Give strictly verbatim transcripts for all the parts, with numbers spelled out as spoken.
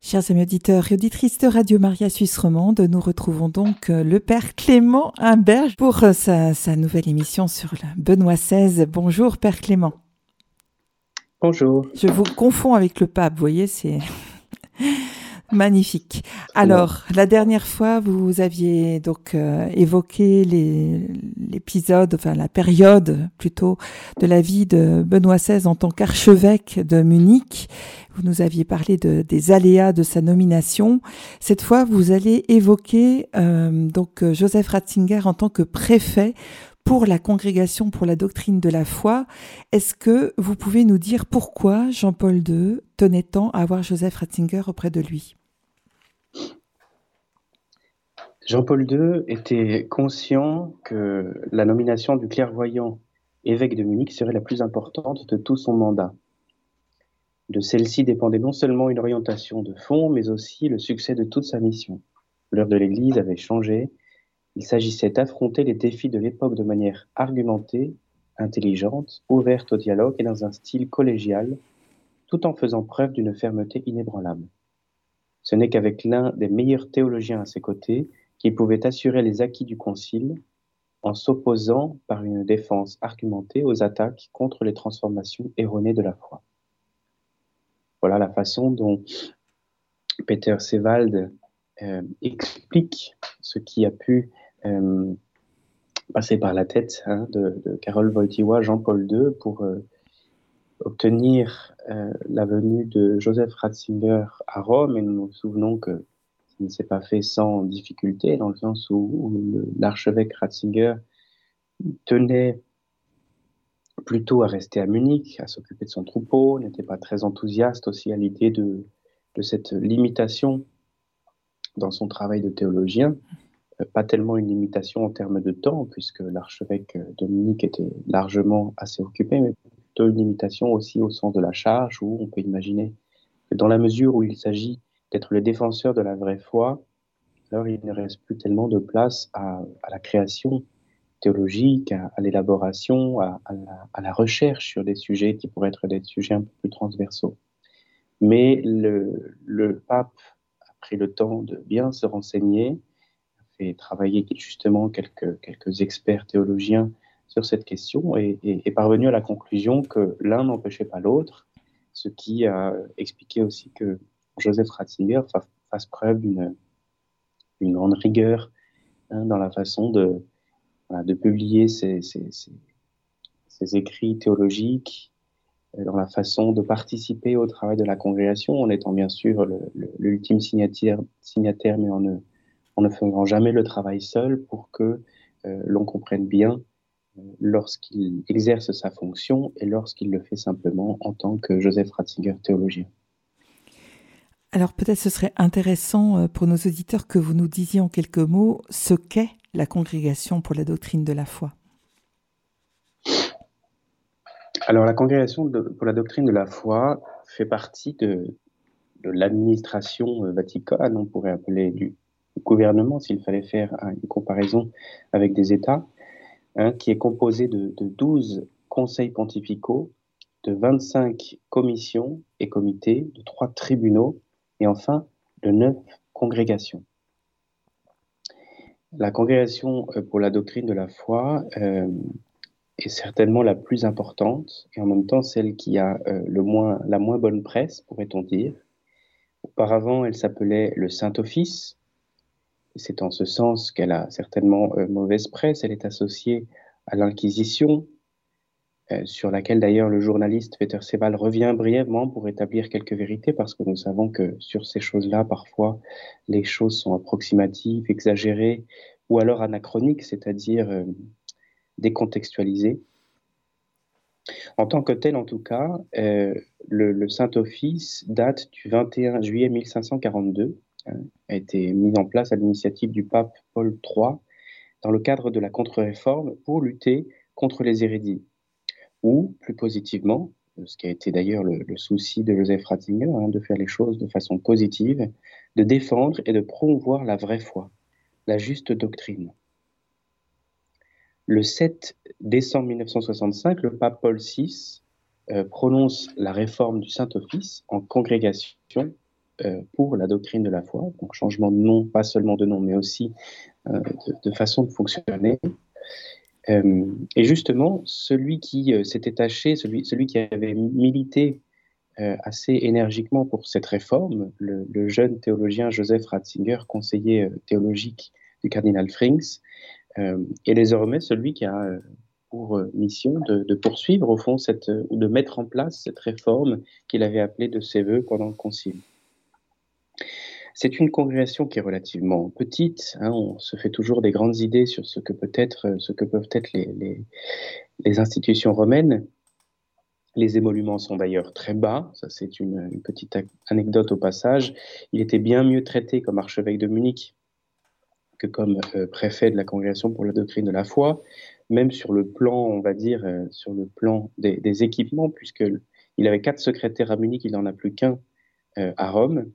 Chers amis auditeurs et auditrices de Radio Maria Suisse Romande, nous retrouvons donc le Père Clément Imberge pour sa, sa nouvelle émission sur la Benoît seize. Bonjour Père Clément. Bonjour. Je vous confonds avec le pape, vous voyez, c'est magnifique. Alors, la dernière fois, vous aviez donc euh, évoqué les, l'épisode, enfin la période plutôt, de la vie de Benoît seize en tant qu'archevêque de Munich. Vous nous aviez parlé de, des aléas de sa nomination. Cette fois, vous allez évoquer euh, donc Joseph Ratzinger en tant que préfet pour la Congrégation pour la doctrine de la foi. Est-ce que vous pouvez nous dire pourquoi Jean-Paul deux tenait tant à avoir Joseph Ratzinger auprès de lui ? Jean-Paul deux était conscient que la nomination du clairvoyant évêque de Munich serait la plus importante de tout son mandat. De celle-ci dépendait non seulement une orientation de fond, mais aussi le succès de toute sa mission. L'heure de l'Église avait changé. Il s'agissait d'affronter les défis de l'époque de manière argumentée, intelligente, ouverte au dialogue et dans un style collégial, tout en faisant preuve d'une fermeté inébranlable. Ce n'est qu'avec l'un des meilleurs théologiens à ses côtés qu'il pouvait assurer les acquis du concile en s'opposant par une défense argumentée aux attaques contre les transformations erronées de la foi. Voilà la façon dont Peter Sewald euh, explique ce qui a pu euh, passer par la tête hein, de, de Karol Wojtyła, Jean-Paul deux, pour euh, obtenir euh, la venue de Joseph Ratzinger à Rome. Et nous nous souvenons que ça ne s'est pas fait sans difficulté, dans le sens où, où le, l'archevêque Ratzinger tenait plutôt à rester à Munich, à s'occuper de son troupeau, n'était pas très enthousiaste aussi à l'idée de, de cette limitation dans son travail de théologien. Pas tellement une limitation en termes de temps, puisque l'archevêque de Munich était largement assez occupé, mais plutôt une limitation aussi au sens de la charge, où on peut imaginer que dans la mesure où il s'agit d'être le défenseur de la vraie foi, alors il ne reste plus tellement de place à, à la création théologique, à, à l'élaboration, à, à, la, à la recherche sur des sujets qui pourraient être des sujets un peu plus transversaux. Mais le, le pape a pris le temps de bien se renseigner, fait travailler justement quelques, quelques experts théologiens sur cette question et est parvenu à la conclusion que l'un n'empêchait pas l'autre, ce qui a expliqué aussi que Joseph Ratzinger fa- fasse preuve d'une, d'une grande rigueur hein, dans la façon de, voilà, de publier ses, ses, ses, ses écrits théologiques, euh, dans la façon de participer au travail de la congrégation, en étant bien sûr le, le, l'ultime signataire, signataire mais en ne en ne faisant jamais le travail seul pour que euh, l'on comprenne bien euh, lorsqu'il exerce sa fonction et lorsqu'il le fait simplement en tant que Joseph Ratzinger théologien. Alors peut-être ce serait intéressant pour nos auditeurs que vous nous disiez en quelques mots ce qu'est la Congrégation pour la doctrine de la foi. Alors la Congrégation de, pour la doctrine de la foi fait partie de, de l'administration vaticane, on pourrait appeler du gouvernement s'il fallait faire une comparaison avec des États, hein, qui est composé de, de douze conseils pontificaux, de vingt-cinq commissions et comités, de trois tribunaux et enfin de neuf congrégations. La congrégation pour la doctrine de la foi euh, est certainement la plus importante et en même temps celle qui a euh, le moins, la moins bonne presse, pourrait-on dire. Auparavant, elle s'appelait le Saint-Office. C'est en ce sens qu'elle a certainement euh, mauvaise presse. Elle est associée à l'Inquisition, euh, sur laquelle d'ailleurs le journaliste Peter Sewald revient brièvement pour établir quelques vérités, parce que nous savons que sur ces choses-là, parfois, les choses sont approximatives, exagérées, ou alors anachroniques, c'est-à-dire euh, décontextualisées. En tant que tel, en tout cas, euh, le, le Saint-Office date du vingt et un juillet mille cinq cent quarante-deux, hein, a été mis en place à l'initiative du pape Paul trois dans le cadre de la contre-réforme pour lutter contre les hérésies. Ou, plus positivement, ce qui a été d'ailleurs le, le souci de Joseph Ratzinger, hein, de faire les choses de façon positive, de défendre et de promouvoir la vraie foi, la juste doctrine. Le sept décembre mille neuf cent soixante-cinq, le pape Paul six euh, prononce la réforme du Saint-Office en congrégation euh, pour la doctrine de la foi, donc changement de nom, pas seulement de nom, mais aussi euh, de, de façon de fonctionner. Euh, et justement, celui qui euh, s'était taché, celui, celui qui avait milité euh, assez énergiquement pour cette réforme, le, le jeune théologien Joseph Ratzinger, conseiller euh, théologique du cardinal Frings, euh, est désormais celui qui a euh, pour euh, mission de, de poursuivre au fond cette, euh, ou de mettre en place cette réforme qu'il avait appelée de ses voeux pendant le concile. C'est une congrégation qui est relativement petite, hein, on se fait toujours des grandes idées sur ce que, peut être, ce que peuvent être les, les, les institutions romaines. Les émoluments sont d'ailleurs très bas, ça c'est une, une petite anecdote au passage. Il était bien mieux traité comme archevêque de Munich que comme euh, préfet de la Congrégation pour la doctrine de la foi, même sur le plan, on va dire, euh, sur le plan des, des équipements, puisqu'il avait quatre secrétaires à Munich, il n'en a plus qu'un euh, à Rome.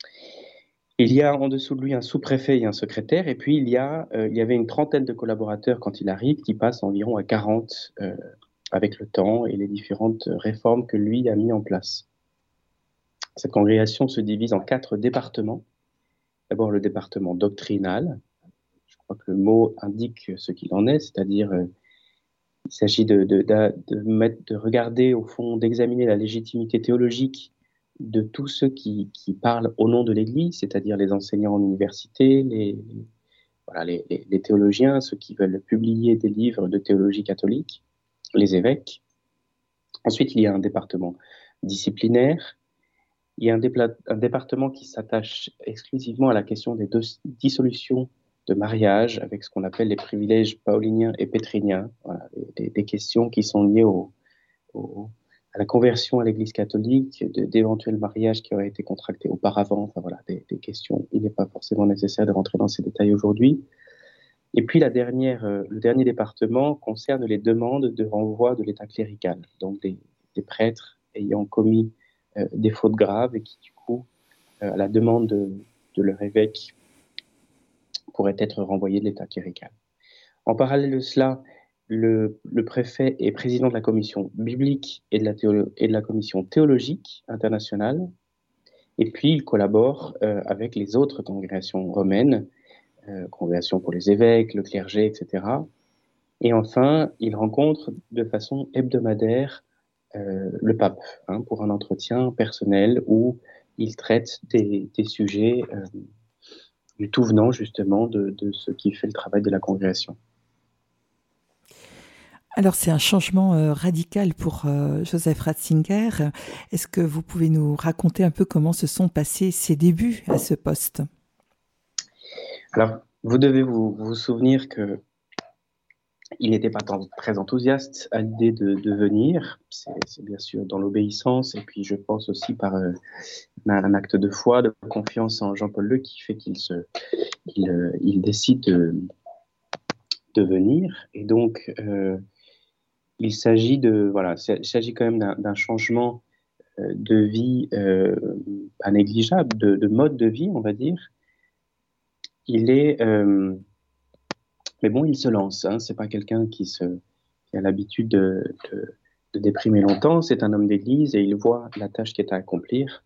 Il y a en dessous de lui un sous-préfet et un secrétaire, et puis il y, a, euh, il y avait une trentaine de collaborateurs quand il arrive, qui passent environ à quarante euh, avec le temps et les différentes réformes que lui a mis en place. Cette congrégation se divise en quatre départements. D'abord le département doctrinal, je crois que le mot indique ce qu'il en est, c'est-à-dire euh, il s'agit de, de, de, de, mettre, de regarder au fond, d'examiner la légitimité théologique de tous ceux qui, qui parlent au nom de l'Église, c'est-à-dire les enseignants en université, les, les, voilà, les, les, les théologiens, ceux qui veulent publier des livres de théologie catholique, les évêques. Ensuite, il y a un département disciplinaire. Il y a un, dépla- un département qui s'attache exclusivement à la question des deux dissolutions de mariage, avec ce qu'on appelle les privilèges pauliniens et pétriniens, voilà, des, des questions qui sont liées au, au, à la conversion à l'Église catholique, de, d'éventuels mariages qui auraient été contractés auparavant, enfin voilà, des, des questions. Il n'est pas forcément nécessaire de rentrer dans ces détails aujourd'hui. Et puis la dernière, euh, le dernier département concerne les demandes de renvoi de l'état clérical, donc des, des prêtres ayant commis euh, des fautes graves et qui du coup, euh, à la demande de, de leur évêque, pourraient être renvoyés de l'état clérical. En parallèle de cela, le, le préfet est président de la commission biblique et de la, théolo- et de la commission théologique internationale, et puis il collabore euh, avec les autres congrégations romaines, euh, congrégation pour les évêques, le clergé, et cetera. Et enfin, il rencontre de façon hebdomadaire euh, le pape hein, pour un entretien personnel où il traite des, des sujets euh, du tout venant justement de, de ce qui fait le travail de la congrégation. Alors, c'est un changement euh, radical pour euh, Joseph Ratzinger. Est-ce que vous pouvez nous raconter un peu comment se sont passés ses débuts à ce poste ? Alors, vous devez vous, vous souvenir que il n'était pas tant, très enthousiaste à l'idée de, de venir. C'est, c'est bien sûr dans l'obéissance et puis je pense aussi par euh, un, un acte de foi, de confiance en Jean-Paul deux qui fait qu'il se, il, euh, il décide de, de venir. Et donc, euh, il s'agit de, voilà, il s'agit quand même d'un, d'un changement euh, de vie euh, pas négligeable, de, de mode de vie, on va dire. Il est, euh, mais bon, il se lance. Hein, c'est pas quelqu'un qui se, qui a l'habitude de, de, de déprimer longtemps. C'est un homme d'église et il voit la tâche qui est à accomplir.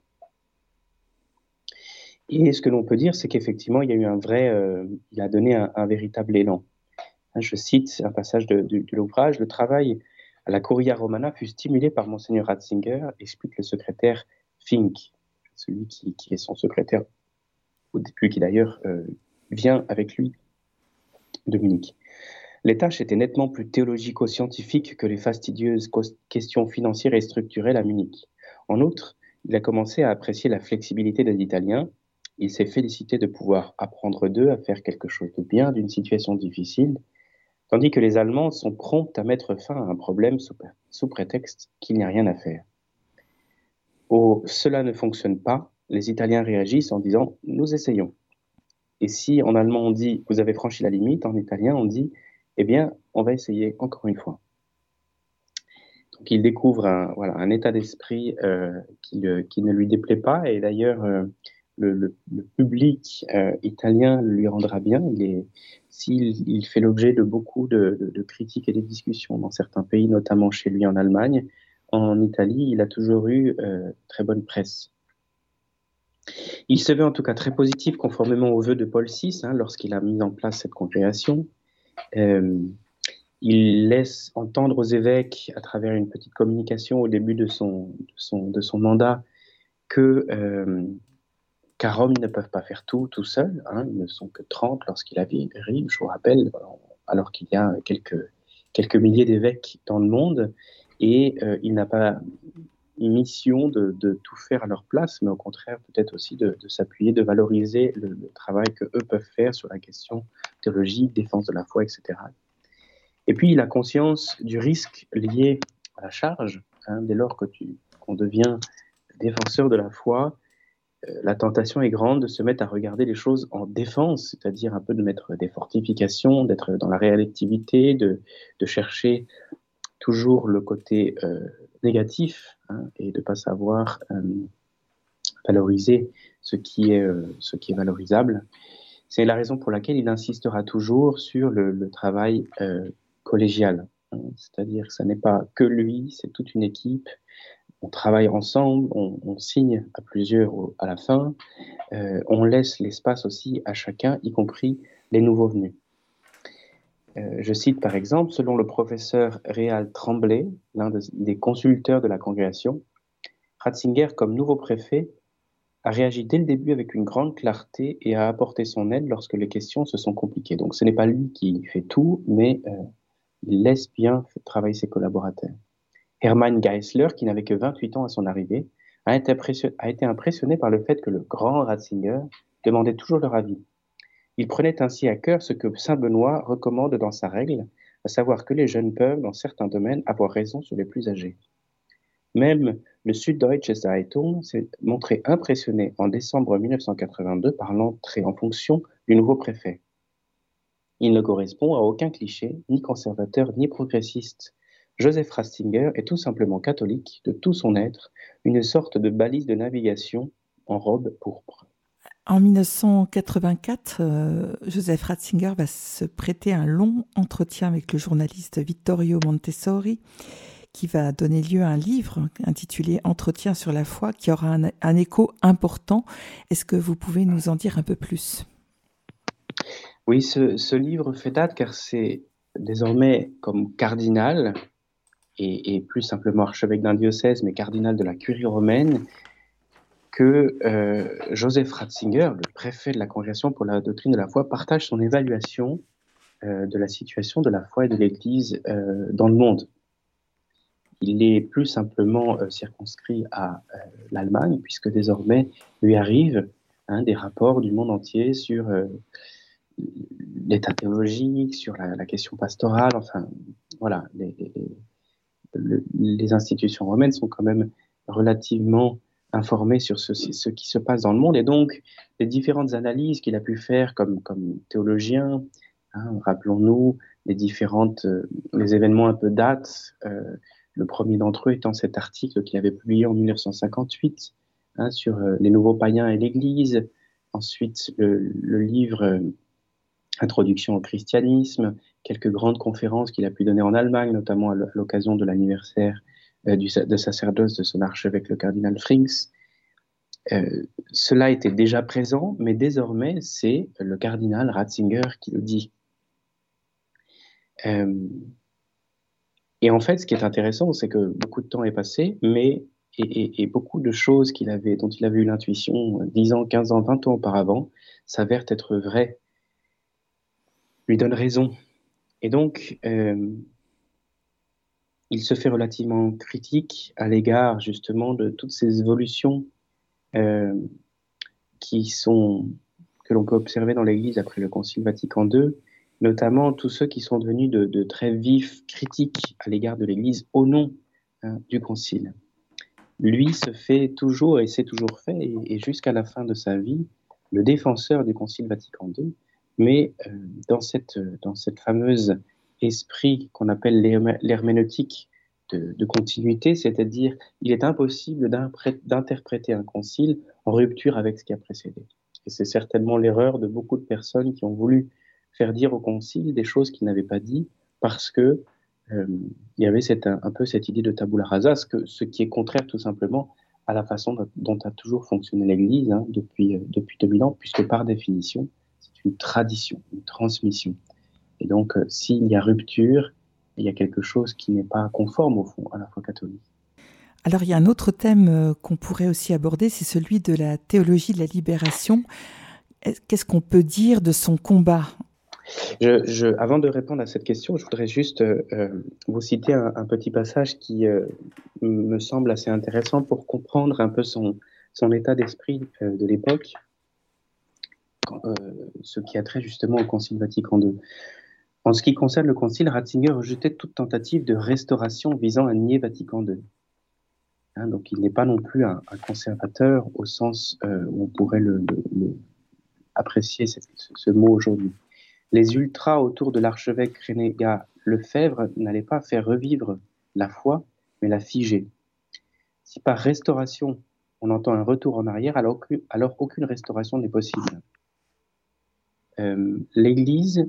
Et ce que l'on peut dire, c'est qu'effectivement, il y a eu un vrai, euh, il a donné un, un véritable élan. Hein, je cite un passage de, de, de l'ouvrage. Le travail à la Curia Romana fut stimulé par Monseigneur Ratzinger, explique le secrétaire Fink, celui qui, qui est son secrétaire au début, qui d'ailleurs euh, vient avec lui de Munich. Les tâches étaient nettement plus théologico-scientifiques que les fastidieuses questions financières et structurelles à Munich. En outre, il a commencé à apprécier la flexibilité des Italiens. Il s'est félicité de pouvoir apprendre d'eux à faire quelque chose de bien d'une situation difficile, tandis que les Allemands sont prompts à mettre fin à un problème sous, sous prétexte qu'il n'y a rien à faire. Au « cela ne fonctionne pas », les Italiens réagissent en disant « nous essayons ». Et si en allemand on dit « vous avez franchi la limite », en italien on dit « eh bien, on va essayer encore une fois ». Donc il découvre un, voilà, un état d'esprit euh, qui, euh, qui ne lui déplaît pas, et d'ailleurs euh, le, le, le public euh, italien lui rendra bien. Il est, s'il il fait l'objet de beaucoup de, de, de critiques et de discussions dans certains pays, notamment chez lui en Allemagne, en Italie, il a toujours eu euh, très bonne presse. Il se veut en tout cas très positif, conformément aux vœux de Paul six, hein, lorsqu'il a mis en place cette congrégation. Euh, il laisse entendre aux évêques, à travers une petite communication au début de son, de son, de son mandat, que euh, qu'à Rome, ils ne peuvent pas faire tout tout seuls. Hein, ils ne sont que trente lorsqu'il arrive, je vous rappelle, alors qu'il y a quelques, quelques milliers d'évêques dans le monde, et euh, il n'a pas mission de, de tout faire à leur place, mais au contraire peut-être aussi de, de s'appuyer, de valoriser le, le travail que eux peuvent faire sur la question théologique, défense de la foi, et cetera. Et puis il a conscience du risque lié à la charge, hein, dès lors que tu, qu'on devient défenseur de la foi, euh, la tentation est grande de se mettre à regarder les choses en défense, c'est-à-dire un peu de mettre des fortifications, d'être dans la réactivité, de, de chercher toujours le côté euh, négatif, hein, et de ne pas savoir euh, valoriser ce qui est, euh, ce qui est valorisable. C'est la raison pour laquelle il insistera toujours sur le, le travail euh, collégial, hein, c'est-à-dire que ce n'est pas que lui, c'est toute une équipe, on travaille ensemble, on, on signe à plusieurs au, à la fin, euh, on laisse l'espace aussi à chacun, y compris les nouveaux venus. Euh, je cite par exemple, selon le professeur Réal Tremblay, l'un de, des consulteurs de la congrégation, Ratzinger, comme nouveau préfet, a réagi dès le début avec une grande clarté et a apporté son aide lorsque les questions se sont compliquées. Donc ce n'est pas lui qui fait tout, mais euh, il laisse bien travailler ses collaborateurs. Hermann Geisler, qui n'avait que vingt-huit ans à son arrivée, a été, a été impressionné par le fait que le grand Ratzinger demandait toujours leur avis. Il prenait ainsi à cœur ce que saint Benoît recommande dans sa règle, à savoir que les jeunes peuvent, dans certains domaines, avoir raison sur les plus âgés. Même le Süddeutsche Zeitung s'est montré impressionné en décembre mille neuf cent quatre-vingt-deux par l'entrée en fonction du nouveau préfet. Il ne correspond à aucun cliché, ni conservateur, ni progressiste. Joseph Ratzinger est tout simplement catholique de tout son être, une sorte de balise de navigation en robe pourpre. En mille neuf cent quatre-vingt-quatre, euh, Joseph Ratzinger va se prêter à un long entretien avec le journaliste Vittorio Montessori, qui va donner lieu à un livre intitulé « Entretien sur la foi » qui aura un, un écho important. Est-ce que vous pouvez nous en dire un peu plus ? Oui, ce, ce livre fait date car c'est désormais comme cardinal, et, et plus simplement archevêque d'un diocèse, mais cardinal de la curie romaine, que euh, Joseph Ratzinger, le préfet de la Congrégation pour la doctrine de la foi, partage son évaluation euh, de la situation de la foi et de l'Église euh, dans le monde. Il est plus simplement euh, circonscrit à euh, l'Allemagne, puisque désormais lui arrivent hein, des rapports du monde entier sur euh, l'état théologique, sur la, la question pastorale, enfin, voilà, les, les, les, les institutions romaines sont quand même relativement informé sur ce, ce qui se passe dans le monde, et donc les différentes analyses qu'il a pu faire comme, comme théologien, hein, rappelons-nous les différentes euh, les événements un peu dates, euh, le premier d'entre eux étant cet article qu'il avait publié en mille neuf cent cinquante-huit hein, sur euh, les nouveaux païens et l'Église, ensuite le, le livre euh, Introduction au christianisme, quelques grandes conférences qu'il a pu donner en Allemagne, notamment à l'occasion de l'anniversaire Du, de sacerdoce de son archevêque, le cardinal Frings. Euh, cela était déjà présent, mais désormais, c'est le cardinal Ratzinger qui le dit. Euh, et en fait, ce qui est intéressant, c'est que beaucoup de temps est passé, mais et, et, et beaucoup de choses qu'il avait, dont il avait eu l'intuition dix ans, quinze ans, vingt ans auparavant, s'avèrent être vraies, lui donnent raison. Et donc, euh, il se fait relativement critique à l'égard justement de toutes ces évolutions euh, qui sont, que l'on peut observer dans l'Église après le Concile Vatican deux, notamment tous ceux qui sont devenus de, de très vifs critiques à l'égard de l'Église au nom hein, du Concile. Lui se fait toujours, et s'est toujours fait, et, et jusqu'à la fin de sa vie, le défenseur du Concile Vatican deux, mais euh, dans, cette, dans cette fameuse esprit qu'on appelle l'herméneutique de, de continuité, c'est-à-dire il est impossible d'interpréter un concile en rupture avec ce qui a précédé. Et c'est certainement l'erreur de beaucoup de personnes qui ont voulu faire dire au concile des choses qu'il n'avait pas dit parce que euh, il y avait cette, un, un peu cette idée de tabula rasa, ce, que, ce qui est contraire tout simplement à la façon dont, dont a toujours fonctionné l'Église hein, depuis, euh, depuis deux mille ans, puisque par définition, c'est une tradition, une transmission. Et donc, euh, s'il y a rupture, il y a quelque chose qui n'est pas conforme, au fond, à la foi catholique. Alors, il y a un autre thème euh, qu'on pourrait aussi aborder, c'est celui de la théologie de la libération. Qu'est-ce qu'on peut dire de son combat ? Je, je, avant de répondre à cette question, je voudrais juste euh, vous citer un, un petit passage qui euh, me semble assez intéressant pour comprendre un peu son, son état d'esprit euh, de l'époque, euh, ce qui a trait justement au Concile Vatican deux. En ce qui concerne le Concile, Ratzinger rejetait toute tentative de restauration visant à nier Vatican deux. Hein, donc il n'est pas non plus un, un conservateur au sens euh, où on pourrait le, le, le apprécier cette, ce, ce mot aujourd'hui. Les ultras autour de l'archevêque renégat Lefebvre n'allaient pas faire revivre la foi, mais la figer. Si par restauration, on entend un retour en arrière, alors, alors aucune restauration n'est possible. Euh, L'Église,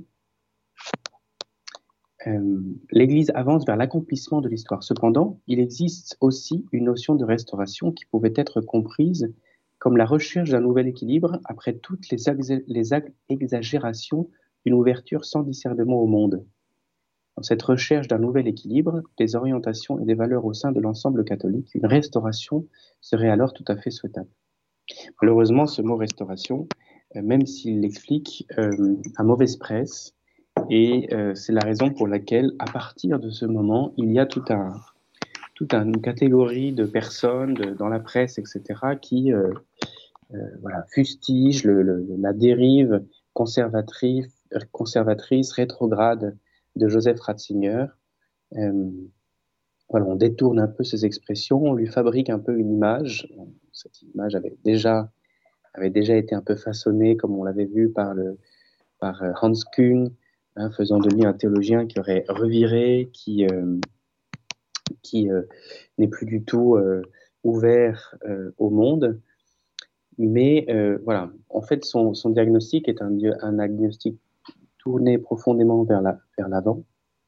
euh, l'Église avance vers l'accomplissement de l'histoire. Cependant, il existe aussi une notion de restauration qui pouvait être comprise comme la recherche d'un nouvel équilibre après toutes les, les exagérations d'une ouverture sans discernement au monde. Dans cette recherche d'un nouvel équilibre, des orientations et des valeurs au sein de l'ensemble catholique, une restauration serait alors tout à fait souhaitable. Malheureusement, ce mot restauration, euh, même s'il l'explique, euh, a mauvaise presse, et euh, c'est la raison pour laquelle, à partir de ce moment, il y a tout un, toute une catégorie de personnes de, dans la presse, et cetera, qui euh, euh, voilà, fustigent le, le, la dérive conservatrice, conservatrice, rétrograde de Joseph Ratzinger. Euh, voilà, on détourne un peu ses expressions, on lui fabrique un peu une image. Cette image avait déjà, avait déjà été un peu façonnée, comme on l'avait vu par, le, par Hans Küng, hein, faisant de lui un théologien qui aurait reviré, qui, euh, qui euh, n'est plus du tout euh, ouvert euh, au monde. Mais euh, voilà, en fait, son, son diagnostic est un, un diagnostic tourné profondément vers la, vers l'avant.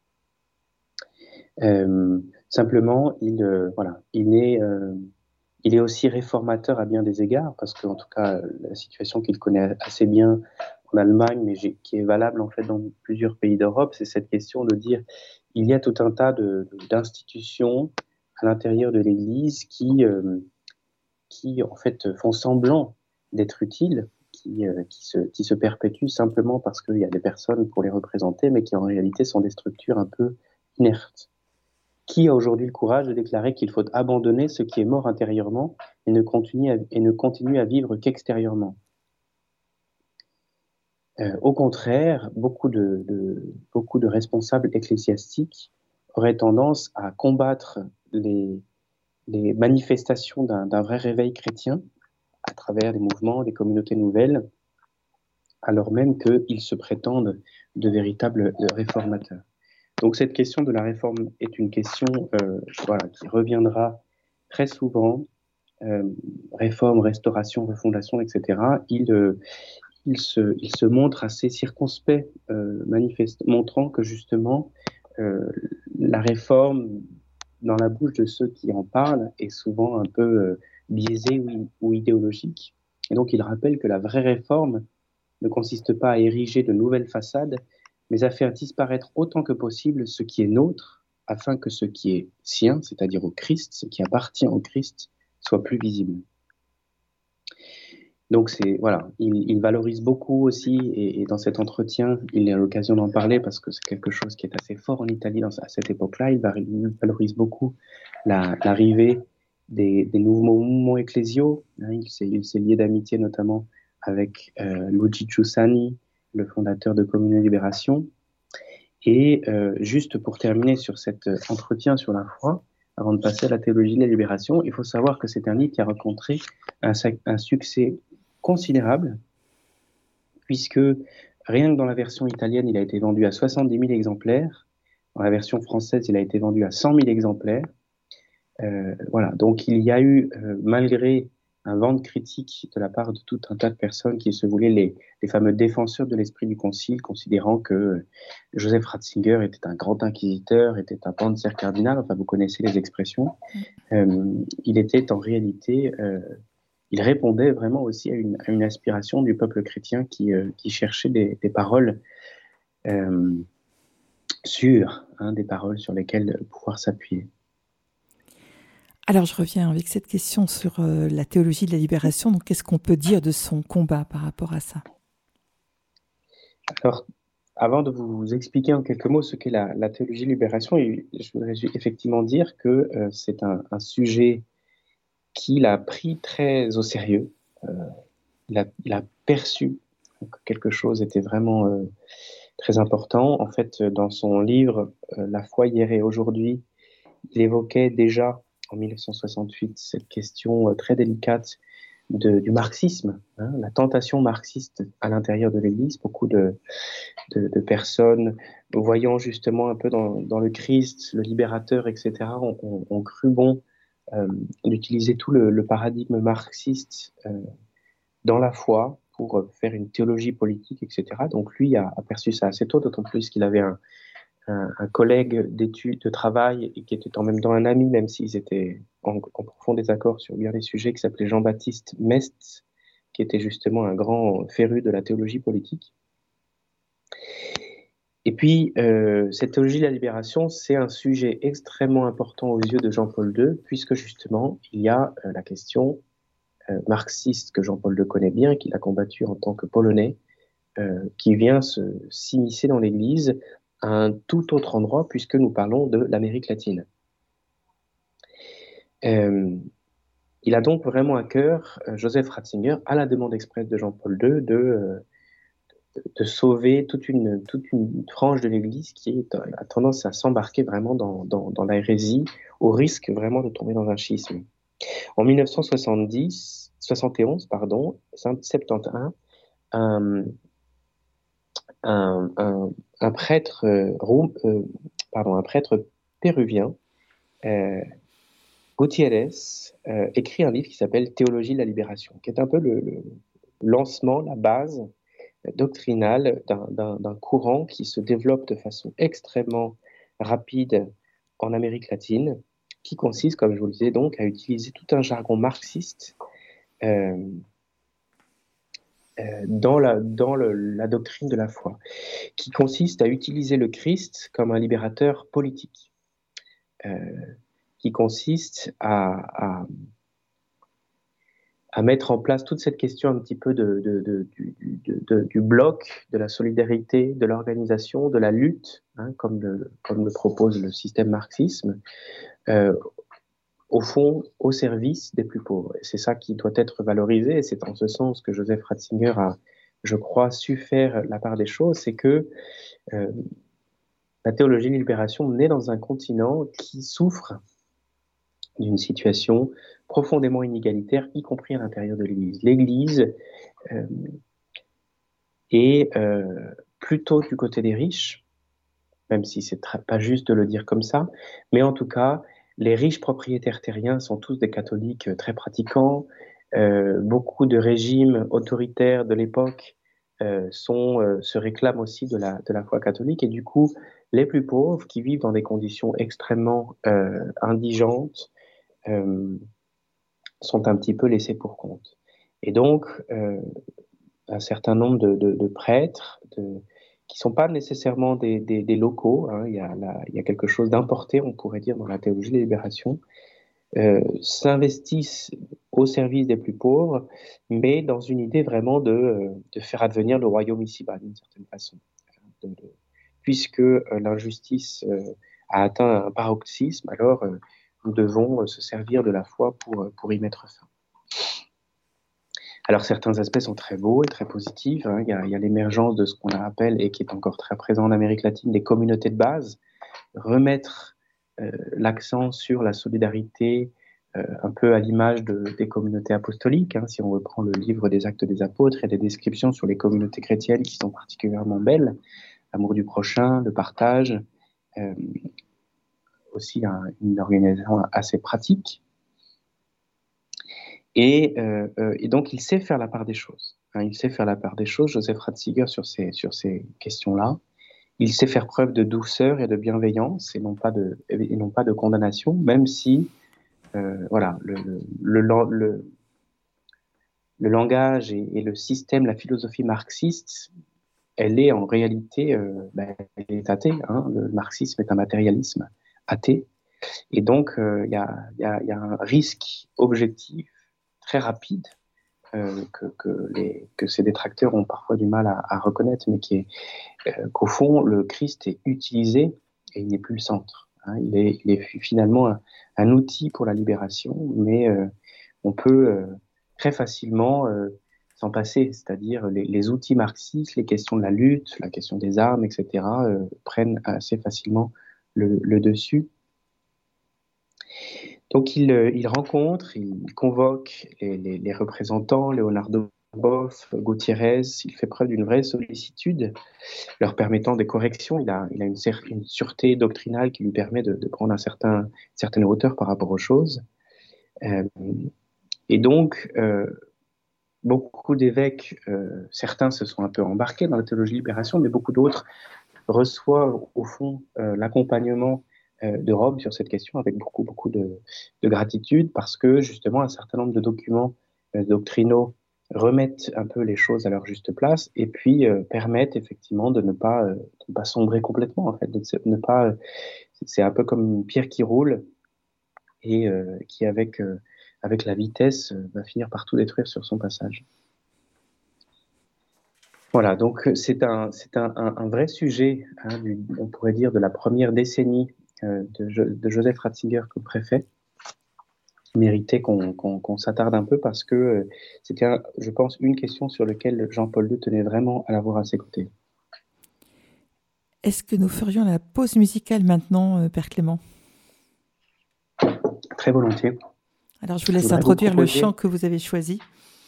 Euh, simplement, il, euh, voilà, il est, euh, il est aussi réformateur à bien des égards, parce qu'en tout cas, la situation qu'il connaît assez bien en Allemagne, mais qui est valable en fait dans plusieurs pays d'Europe, c'est cette question de dire il y a tout un tas de, de, d'institutions à l'intérieur de l'Église qui, euh, qui en fait font semblant d'être utiles, qui, euh, qui, se, qui se perpétuent simplement parce qu'il y a des personnes pour les représenter, mais qui en réalité sont des structures un peu inertes. Qui a aujourd'hui le courage de déclarer qu'il faut abandonner ce qui est mort intérieurement et ne continue à, et ne continue à vivre qu'extérieurement? Euh, au contraire, beaucoup de, de, beaucoup de responsables ecclésiastiques auraient tendance à combattre les, les manifestations d'un, d'un vrai réveil chrétien à travers des mouvements, des communautés nouvelles, alors même qu'ils se prétendent de véritables réformateurs. Donc cette question de la réforme est une question euh, voilà, qui reviendra très souvent. Euh, réforme, restauration, refondation, et cetera. Il, euh, il, se, il se montre assez circonspect, euh, manifeste, montrant que justement euh, la réforme, dans la bouche de ceux qui en parlent, est souvent un peu euh, biaisée ou, ou idéologique. Et donc il rappelle que la vraie réforme ne consiste pas à ériger de nouvelles façades, mais à faire disparaître autant que possible ce qui est nôtre, afin que ce qui est sien, c'est-à-dire au Christ, ce qui appartient au Christ, soit plus visible. Donc c'est voilà, il, il valorise beaucoup aussi, et, et dans cet entretien, il a l'occasion d'en parler parce que c'est quelque chose qui est assez fort en Italie dans, à cette époque-là. Il, il valorise beaucoup la, l'arrivée des, des nouveaux mouvements ecclésiaux. Hein, il, s'est, il s'est lié d'amitié notamment avec euh, Luigi Giussani, le fondateur de Communion Libération. Et euh, juste pour terminer sur cet entretien sur la foi, avant de passer à la théologie de la libération, il faut savoir que c'est un livre qui a rencontré un, un succès considérable, puisque rien que dans la version italienne, il a été vendu à soixante-dix mille exemplaires. Dans la version française, il a été vendu à cent mille exemplaires. Euh, voilà, donc il y a eu, euh, malgré un vent de critique de la part de tout un tas de personnes qui se voulaient les, les fameux défenseurs de l'esprit du concile, considérant que Joseph Ratzinger était un grand inquisiteur, était un panzer cardinal, enfin vous connaissez les expressions. Euh, il était en réalité, euh, il répondait vraiment aussi à une, à une aspiration du peuple chrétien qui, euh, qui cherchait des, des paroles euh, sûres, hein, des paroles sur lesquelles pouvoir s'appuyer. Alors, je reviens avec cette question sur euh, la théologie de la libération. Donc, qu'est-ce qu'on peut dire de son combat par rapport à ça? Alors, avant de vous expliquer en quelques mots ce qu'est la, la théologie de libération, je voudrais effectivement dire que euh, c'est un, un sujet qu'il a pris très au sérieux. Euh, il, a, il a perçu que quelque chose était vraiment euh, très important. En fait, dans son livre euh, La foi hier et aujourd'hui, il évoquait déjà en mille neuf cent soixante-huit cette question euh, très délicate de, du marxisme, hein, la tentation marxiste à l'intérieur de l'Église. Beaucoup de, de, de personnes, voyant justement un peu dans, dans le Christ, le libérateur, et cetera, ont, ont, ont cru bon euh, d'utiliser tout le, le paradigme marxiste euh, dans la foi pour faire une théologie politique, et cetera. Donc lui a aperçu ça assez tôt, d'autant plus qu'il avait un, un, un collègue d'études, de travail, et qui était en même temps un ami, même s'ils étaient en, en profond désaccord sur bien des sujets, qui s'appelait Jean-Baptiste Mestz, qui était justement un grand féru de la théologie politique. Et puis, euh, cette théologie de la libération, c'est un sujet extrêmement important aux yeux de Jean-Paul deux, puisque justement, il y a euh, la question euh, marxiste que Jean-Paul deux connaît bien, qu'il a combattu en tant que Polonais, euh, qui vient se, s'immiscer dans l'Église à un tout autre endroit, puisque nous parlons de l'Amérique latine. Euh, il a donc vraiment à cœur, euh, Joseph Ratzinger, à la demande expresse de Jean-Paul deux, de... Euh, de sauver toute une, toute une frange de l'Église qui est, a tendance à s'embarquer vraiment dans, dans, dans la hérésie, au risque vraiment de tomber dans un schisme. En mille neuf cent soixante-dix, soixante et onze, pardon, soixante-onze, un, un, un, un prêtre, euh, roum, euh, pardon, un prêtre péruvien, euh, Gutiérrez, euh, écrit un livre qui s'appelle Théologie de la libération, qui est un peu le, le lancement, la base doctrinale d'un, d'un courant qui se développe de façon extrêmement rapide en Amérique latine, qui consiste, comme je vous le disais donc, à utiliser tout un jargon marxiste euh, euh, dans, la, dans le, la doctrine de la foi, qui consiste à utiliser le Christ comme un libérateur politique, euh, qui consiste à, à à mettre en place toute cette question un petit peu de, de, de, du, de, de, du bloc, de la solidarité, de l'organisation, de la lutte, hein, comme, le, comme le propose le système marxisme, euh, au fond, au service des plus pauvres. Et c'est ça qui doit être valorisé, et c'est en ce sens que Joseph Ratzinger a, je crois, su faire la part des choses, c'est que euh, la théologie de la libération naît dans un continent qui souffre d'une situation profondément inégalitaire, y compris à l'intérieur de l'Église. L'Église euh, est euh, plutôt du côté des riches, même si c'est très, pas juste de le dire comme ça, mais en tout cas, les riches propriétaires terriens sont tous des catholiques très pratiquants. Euh, beaucoup de régimes autoritaires de l'époque euh, sont, euh, se réclament aussi de la, de la foi catholique, et du coup, les plus pauvres qui vivent dans des conditions extrêmement euh, indigentes, euh, sont un petit peu laissés pour compte. Et donc, euh, un certain nombre de, de, de prêtres de, qui sont pas nécessairement des, des, des locaux, hein, il, y a la, il y a quelque chose d'importé, on pourrait dire, dans la théologie de la libération, euh, s'investissent au service des plus pauvres, mais dans une idée vraiment de, de faire advenir le royaume ici-bas, d'une certaine façon. De, de, puisque euh, l'injustice euh, a atteint un paroxysme, alors euh, nous devons euh, se servir de la foi pour, pour y mettre fin. Alors certains aspects sont très beaux et très positifs, hein. Il y a, il y a l'émergence de ce qu'on appelle, et qui est encore très présent en Amérique latine, des communautés de base, remettre euh, l'accent sur la solidarité, euh, un peu à l'image de, des communautés apostoliques, hein. Si on reprend le livre des Actes des Apôtres, il y a des descriptions sur les communautés chrétiennes qui sont particulièrement belles, l'amour du prochain, le partage, euh, aussi un, une organisation assez pratique. Et, euh, euh, et donc, il sait faire la part des choses. Hein, il sait faire la part des choses, Joseph Ratzinger, sur ces, sur ces questions-là. Il sait faire preuve de douceur et de bienveillance et non pas de, et non pas de condamnation, même si euh, voilà, le, le, le, le, le langage et, et le système, la philosophie marxiste, elle est en réalité euh, ben, elle est athée. Hein. Le marxisme est un matérialisme athée. Et donc, il euh, y, a, y, a, y a un risque objectif très rapide euh, que, que, les, que ces détracteurs ont parfois du mal à, à reconnaître, mais qui est euh, qu'au fond, le Christ est utilisé et il n'est plus le centre. Hein. Il, est, il est finalement un, un outil pour la libération, mais euh, on peut euh, très facilement euh, s'en passer, c'est-à-dire les, les outils marxistes, les questions de la lutte, la question des armes, et cetera, euh, prennent assez facilement le, le dessus. Donc il, euh, il rencontre, il convoque les, les, les représentants, Leonardo Boff, Gutiérrez, il fait preuve d'une vraie sollicitude, leur permettant des corrections. Il a, il a une, une sûreté doctrinale qui lui permet de, de prendre un certain, une certaine hauteur par rapport aux choses. Euh, et donc, euh, beaucoup d'évêques, euh, certains se sont un peu embarqués dans la théologie de libération, mais beaucoup d'autres reçoivent au fond euh, l'accompagnement euh, de Rome sur cette question avec beaucoup, beaucoup de, de gratitude, parce que justement un certain nombre de documents euh, doctrinaux remettent un peu les choses à leur juste place et puis euh, permettent effectivement de ne pas, euh, de ne pas sombrer complètement, en fait, de ne pas, c'est un peu comme une pierre qui roule et euh, qui avec, euh, avec la vitesse euh, va finir par tout détruire sur son passage. Voilà, donc c'est un, c'est un, un, un vrai sujet, hein, du, on pourrait dire, de la première décennie euh, de, de Joseph Ratzinger comme préfet, qui méritait qu'on qu'on, qu'on s'attarde un peu parce que euh, c'était, un, je pense, une question sur laquelle Jean-Paul deux tenait vraiment à l'avoir à ses côtés. Est-ce que nous ferions la pause musicale maintenant, euh, Père Clément ? Très volontiers. Alors, je vous laisse je introduire vous le chant que vous avez choisi.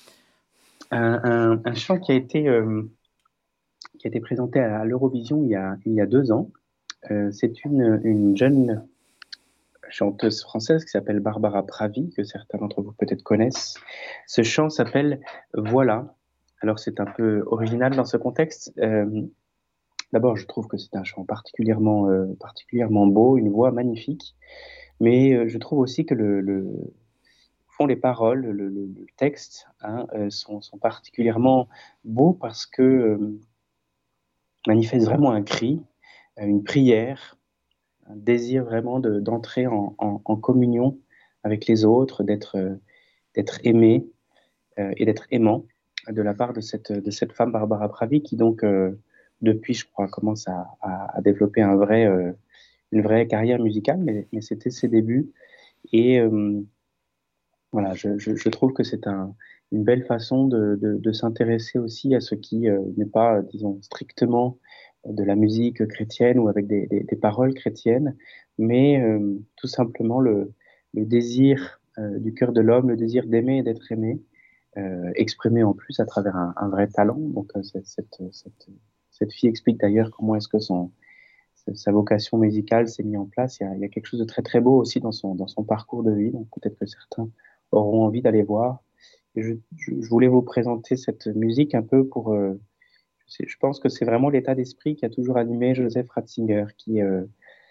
Un, un, un chant qui a été... Euh, qui a été présenté à l'Eurovision il y a, il y a deux ans. Euh, c'est une, une jeune chanteuse française qui s'appelle Barbara Pravi, que certains d'entre vous peut-être connaissent. Ce chant s'appelle « Voilà ». Alors c'est un peu original dans ce contexte. Euh, d'abord, je trouve que c'est un chant particulièrement, euh, particulièrement beau, une voix magnifique, mais euh, je trouve aussi que le, le fond, les paroles, le, le, le texte hein, euh, sont, sont particulièrement beaux parce que euh, manifeste vraiment un cri, une prière, un désir vraiment de, d'entrer en, en, en communion avec les autres, d'être, d'être aimé euh, et d'être aimant de la part de cette, de cette femme Barbara Pravi qui donc, euh, depuis, je crois, commence à, à, à développer un vrai, euh, une vraie carrière musicale, mais, mais c'était ses débuts. Et euh, voilà, je, je, je trouve que c'est un, une belle façon de, de, de s'intéresser aussi à ce qui euh, n'est pas, disons, strictement de la musique chrétienne ou avec des, des, des paroles chrétiennes, mais euh, tout simplement le, le désir euh, du cœur de l'homme, le désir d'aimer et d'être aimé, euh, exprimé en plus à travers un, un vrai talent. Donc euh, cette, cette, cette, cette fille explique d'ailleurs comment est-ce que son, sa vocation musicale s'est mise en place. Il y, a, il y a quelque chose de très très beau aussi dans son, dans son parcours de vie, donc peut-être que certains auront envie d'aller voir. Et je, je, je voulais vous présenter cette musique un peu pour... Euh, je pense que c'est vraiment l'état d'esprit qui a toujours animé Joseph Ratzinger, qui euh,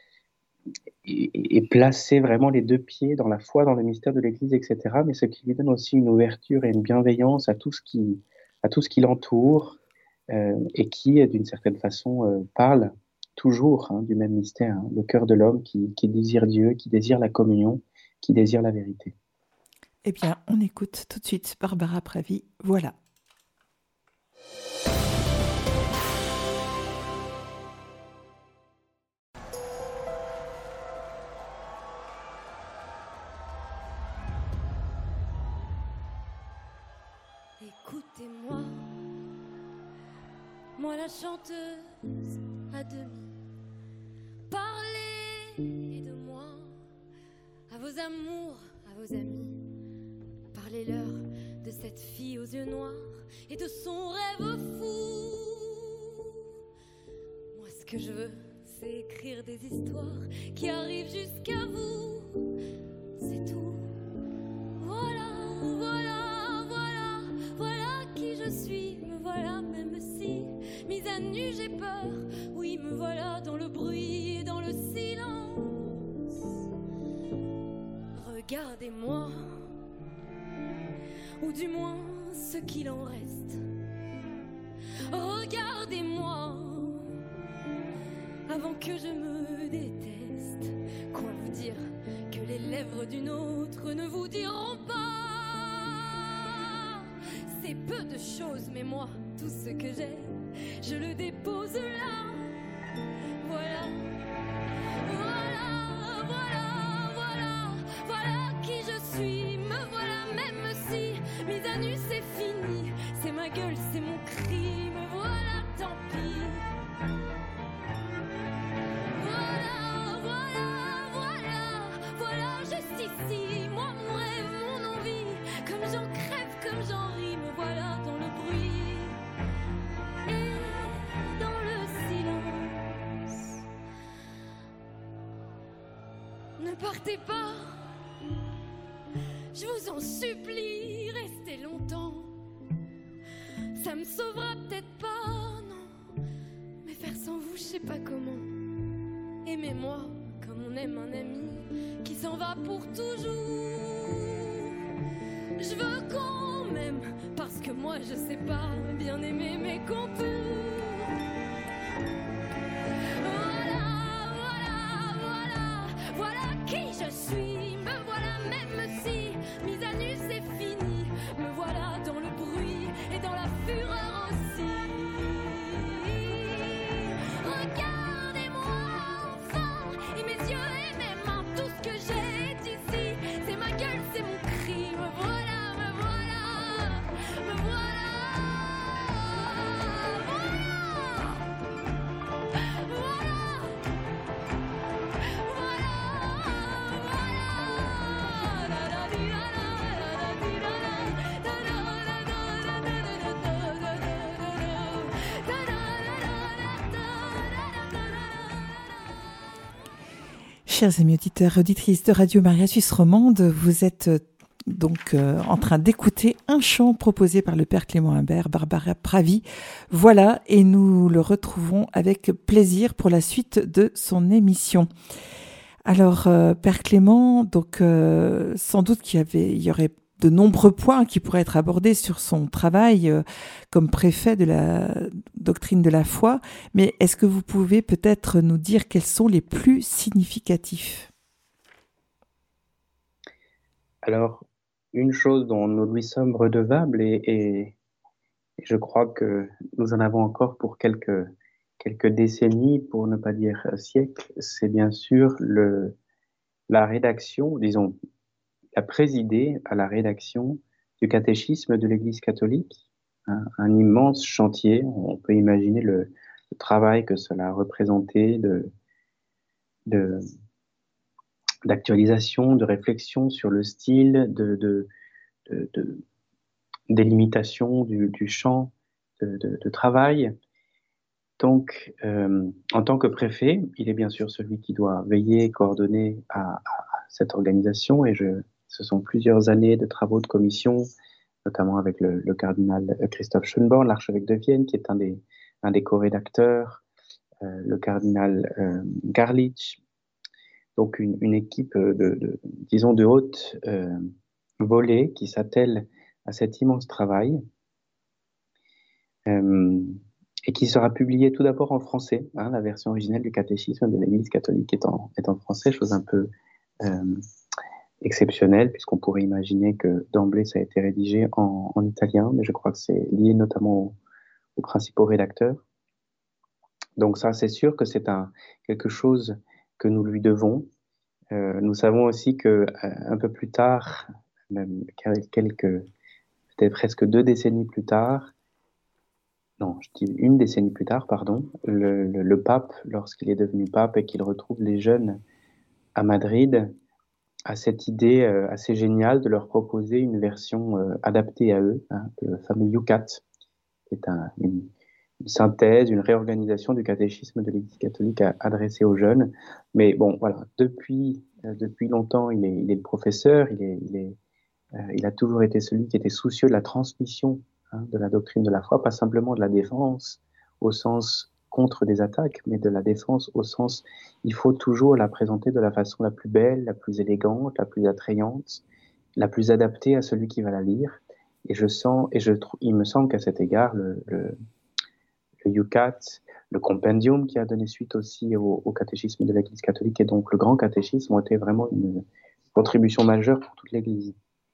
est, est placé vraiment les deux pieds dans la foi, dans le mystère de l'Église, et cetera. Mais ce qui lui donne aussi une ouverture et une bienveillance à tout ce qui, à tout ce qui l'entoure euh, et qui, d'une certaine façon, euh, parle toujours hein, du même mystère, hein, le cœur de l'homme qui, qui désire Dieu, qui désire la communion, qui désire la vérité. Eh bien, on écoute tout de suite Barbara Pravi. Voilà. Écoutez-moi, moi la chanteuse à demi. Parlez de moi à vos amours, à vos amis. Parlez-leur de cette fille aux yeux noirs et de son rêve fou. Moi ce que je veux, c'est écrire des histoires qui arrivent jusqu'à vous. C'est tout. Voilà, voilà. nuit j'ai peur. Oui, me voilà dans le bruit et dans le silence. Regardez-moi, ou du moins ce qu'il en reste. Regardez-moi, avant que je me déteste. Quoi vous dire que les lèvres d'une autre ne vous diront pas? C'est peu de choses, mais moi, tout ce que j'ai, je le dépose là. Voilà, voilà, voilà, voilà, voilà qui je suis. Me voilà, même si mise à nu c'est fini. C'est ma gueule, c'est mon cri, me voilà, tant pis. Voilà, voilà, voilà, voilà, juste ici. Moi, mon rêve, mon envie, comme j'en crève, comme j'en ris. Me voilà dans le bruit et dans le silence. Ne partez pas, je vous en supplie, restez longtemps. Ça me sauvera peut-être pas, non, mais faire sans vous, je sais pas comment. Aimez-moi comme on aime un ami qui s'en va pour toujours. Je veux qu'on m'aime parce que moi je sais pas bien aimer mes contours. Voilà, voilà, voilà, voilà qui je suis. Me voilà même si mise à nu c'est fini. Me voilà dans le bruit et dans la fureur aussi. Regardez-moi enfin, et mes yeux et mes mains, tout ce que j'ai d'ici. C'est ma gueule, c'est mon cri. Me voilà, me voilà, me voilà. Chers amis auditeurs et auditrices de Radio Maria Suisse Romande, vous êtes euh, donc euh, en train d'écouter un chant proposé par le Père Clément Imbert, Barbara Pravi. Voilà, et nous le retrouvons avec plaisir pour la suite de son émission. Alors, euh, Père Clément, donc euh, sans doute qu'il y avait, il y aurait de nombreux points qui pourraient être abordés sur son travail euh, comme préfet de la doctrine de la foi, mais est-ce que vous pouvez peut-être nous dire quels sont les plus significatifs? Alors, une chose dont nous lui sommes redevables, et, et, et je crois que nous en avons encore pour quelques, quelques décennies, pour ne pas dire siècles, c'est bien sûr le, la rédaction, disons, a présidé à la rédaction du catéchisme de l'Église catholique, un, un immense chantier. On peut imaginer le, le travail que cela a représenté de, de, d'actualisation, de réflexion sur le style, de, de, de, de délimitation du, du champ de, de, de travail. Donc, euh, en tant que préfet, il est bien sûr celui qui doit veiller, coordonner à, à cette organisation, et je ce sont plusieurs années de travaux de commission, notamment avec le, le cardinal Christophe Schönborn, l'archevêque de Vienne, qui est un des, un des co-rédacteurs, euh, le cardinal euh, Garlich. Donc une, une équipe de, de, disons, de haute euh, volée qui s'attelle à cet immense travail euh, et qui sera publié tout d'abord en français. Hein, la version originelle du catéchisme de l'Église catholique est en, est en français, chose un peu euh, exceptionnel, puisqu'on pourrait imaginer que d'emblée ça a été rédigé en, en italien, mais je crois que c'est lié notamment aux, aux principaux rédacteurs. Donc ça, c'est sûr que c'est un, quelque chose que nous lui devons. Euh, nous savons aussi que euh, un peu plus tard, même quelques, peut-être presque deux décennies plus tard, non, je dis une décennie plus tard, pardon, le, le, le pape, lorsqu'il est devenu pape et qu'il retrouve les jeunes à Madrid, à cette idée euh, assez géniale de leur proposer une version euh, adaptée à eux, hein, le fameux Yucat, qui est un, une, une synthèse, une réorganisation du catéchisme de l'Église catholique adressé aux jeunes. Mais bon, voilà, depuis, euh, depuis longtemps, il est, il est le professeur, il, est, il, est, euh, il a toujours été celui qui était soucieux de la transmission, hein, de la doctrine de la foi, pas simplement de la défense au sens contre des attaques, mais de la défense au sens il faut toujours la présenter de la façon la plus belle, la plus élégante, la plus attrayante, la plus adaptée à celui qui va la lire. Et je sens, et je trouve, il me semble qu'à cet égard, le, le, le Yucat, le compendium qui a donné suite aussi au, au catéchisme de l'Église catholique et donc le grand catéchisme ont été vraiment une contribution majeure pour toute l'Église.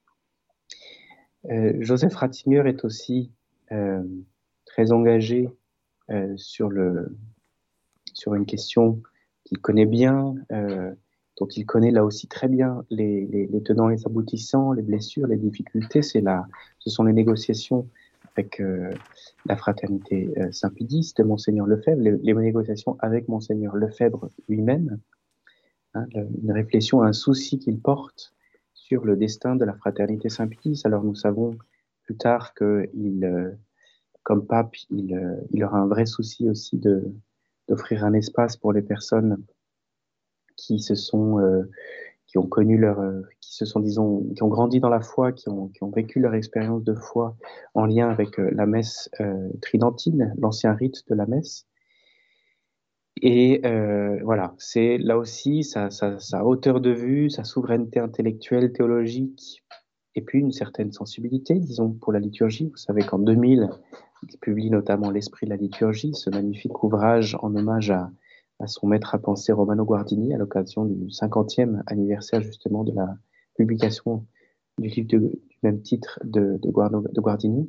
Euh, Joseph Ratzinger est aussi euh, très engagé euh, sur, le, sur une question qu'il connaît bien, euh, dont il connaît là aussi très bien les, les, les tenants et les aboutissants, les blessures, les difficultés. C'est la, ce sont les négociations avec euh, la fraternité euh, Saint-Pédis de Monseigneur Lefebvre, les, les négociations avec Monseigneur Lefebvre lui-même, hein, le, une réflexion, un souci qu'il porte sur le destin de la fraternité Saint-Pédis. Alors nous savons plus tard qu'il, euh, comme pape, il, euh, il aura un vrai souci aussi de, d'offrir un espace pour les personnes qui se sont, euh, qui ont connu leur, euh, qui se sont, disons, qui ont grandi dans la foi, qui ont, qui ont vécu leur expérience de foi en lien avec euh, la messe euh, tridentine, l'ancien rite de la messe. Et euh, voilà, c'est là aussi sa, sa, sa hauteur de vue, sa souveraineté intellectuelle, théologique, et puis une certaine sensibilité, disons, pour la liturgie. Vous savez qu'en deux mille, il publie notamment L'Esprit de la liturgie, ce magnifique ouvrage en hommage à, à son maître à penser Romano Guardini, à l'occasion du cinquantième anniversaire justement de la publication du livre de, du même titre de, de, Guardo, de Guardini.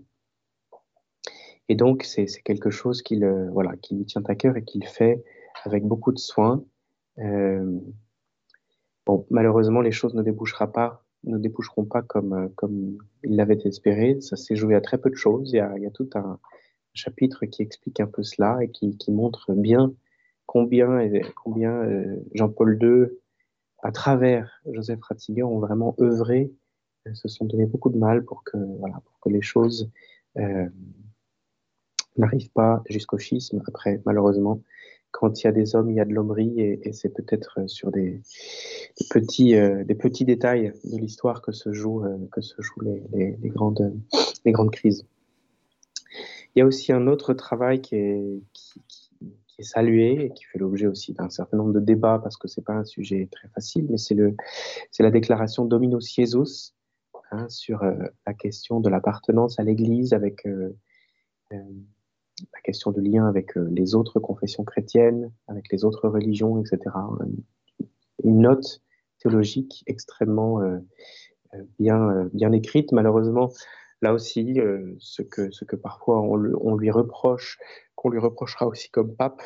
Et donc, c'est, c'est quelque chose qui, le, voilà, qui lui tient à cœur et qu'il fait avec beaucoup de soin. Euh, bon, malheureusement, les choses ne déboucheront pas, ne déboucheront pas comme, comme il l'avait espéré. Ça s'est joué à très peu de choses. Il y a, il y a tout un chapitre qui explique un peu cela et qui, qui montre bien combien, combien euh, Jean-Paul deux, à travers Joseph Ratzinger, ont vraiment œuvré, euh, se sont donné beaucoup de mal pour que, voilà, pour que les choses euh, n'arrivent pas jusqu'au schisme. Après, malheureusement, quand il y a des hommes, il y a de l'hommerie, et, et c'est peut-être sur des, des petits, euh, des petits détails de l'histoire que se jouent, euh, que se jouent les, les, les grandes, les grandes crises. Il y a aussi un autre travail qui est, qui, qui, qui est salué et qui fait l'objet aussi d'un certain nombre de débats parce que c'est pas un sujet très facile, mais c'est le, c'est la déclaration Dominus Jesus, hein, sur euh, la question de l'appartenance à l'Église avec euh, euh, la question du lien avec euh, les autres confessions chrétiennes, avec les autres religions, et cetera. Une note théologique extrêmement euh, bien, euh, bien écrite. Malheureusement, là aussi, euh, ce, que, ce que parfois on, le, on lui reproche, qu'on lui reprochera aussi comme pape,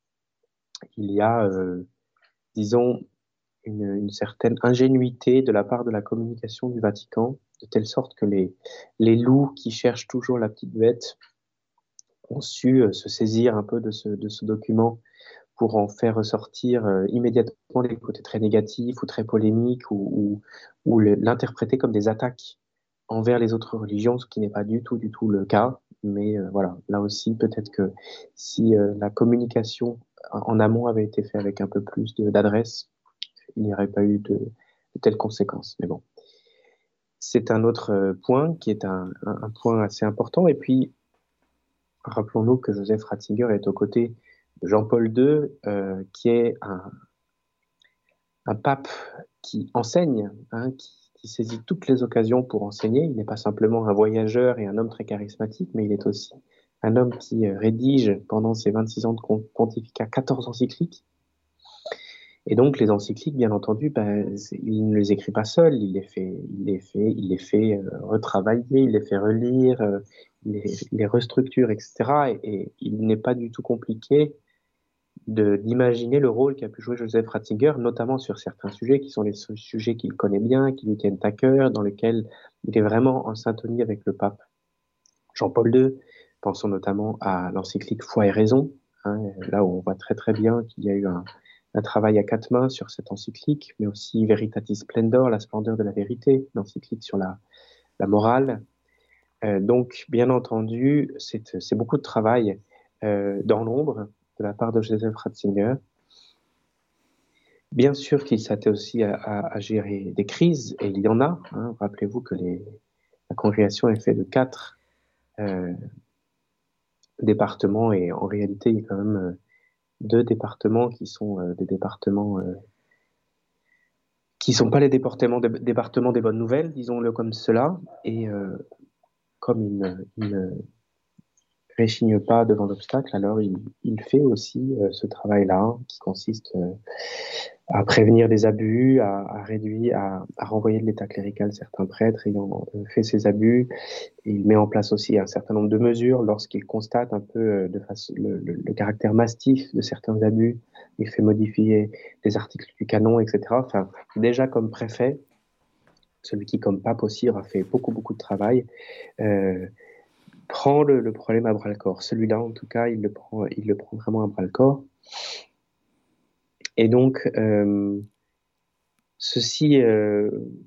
il y a, euh, disons, une, une certaine ingénuité de la part de la communication du Vatican, de telle sorte que les, les loups qui cherchent toujours la petite bête ont su euh, se saisir un peu de ce, de ce document pour en faire ressortir euh, immédiatement les côtés très négatifs ou très polémiques ou, ou, ou le, l'interpréter comme des attaques envers les autres religions, ce qui n'est pas du tout, du tout le cas. Mais euh, voilà, là aussi, peut-être que si euh, la communication en amont avait été faite avec un peu plus de, d'adresse, il n'y aurait pas eu de, de telles conséquences. Mais bon, c'est un autre euh, point qui est un, un, un point assez important. Et puis, rappelons-nous que Joseph Ratzinger est aux côtés de Jean-Paul deux, euh, qui est un, un pape qui enseigne, hein, qui, qui saisit toutes les occasions pour enseigner. Il n'est pas simplement un voyageur et un homme très charismatique, mais il est aussi un homme qui euh, rédige pendant ses vingt-six ans de pontificat quatorze encycliques. Et donc les encycliques, bien entendu, ben, il ne les écrit pas seul, il les fait, il les fait, il les fait euh, retravailler, il les fait relire, euh, il, les, il les restructure, et cetera. Et, et il n'est pas du tout compliqué de, d'imaginer le rôle qu'a pu jouer Joseph Ratzinger, notamment sur certains sujets qui sont les sujets qu'il connaît bien, qui lui tiennent à cœur, dans lesquels il est vraiment en syntonie avec le pape Jean-Paul deux. Pensons notamment à l'encyclique Foi et raison, hein, là où on voit très très bien qu'il y a eu un un travail à quatre mains sur cette encyclique, mais aussi Veritatis Splendor, la splendeur de la vérité, l'encyclique sur la, la morale. Euh, donc, bien entendu, c'est, c'est beaucoup de travail euh, dans l'ombre de la part de Joseph Ratzinger. Bien sûr qu'il s'attelle aussi à, à, à gérer des crises, et il y en a. Hein. Rappelez-vous que les, la congrégation est faite de quatre, euh, départements, et en réalité, il y a quand même euh, deux départements qui sont euh, des départements euh, qui sont pas les départements, des départements des bonnes nouvelles, disons-le comme cela, et euh, comme il ne, il ne réchigne pas devant l'obstacle, alors il, il fait aussi euh, ce travail-là qui consiste euh, à prévenir des abus, à, à réduire, à, à renvoyer de l'état clérical certains prêtres ayant euh, fait ces abus. Et il met en place aussi un certain nombre de mesures lorsqu'il constate un peu euh, de façon, le, le, le caractère massif de certains abus. Il fait modifier des articles du canon, et cetera. Enfin, déjà comme préfet, celui qui, comme pape aussi, aura fait beaucoup, beaucoup de travail, euh, prend le, le problème à bras-le-corps. Celui-là, en tout cas, il le prend, il le prend vraiment à bras-le-corps. Et donc, euh, ceci euh,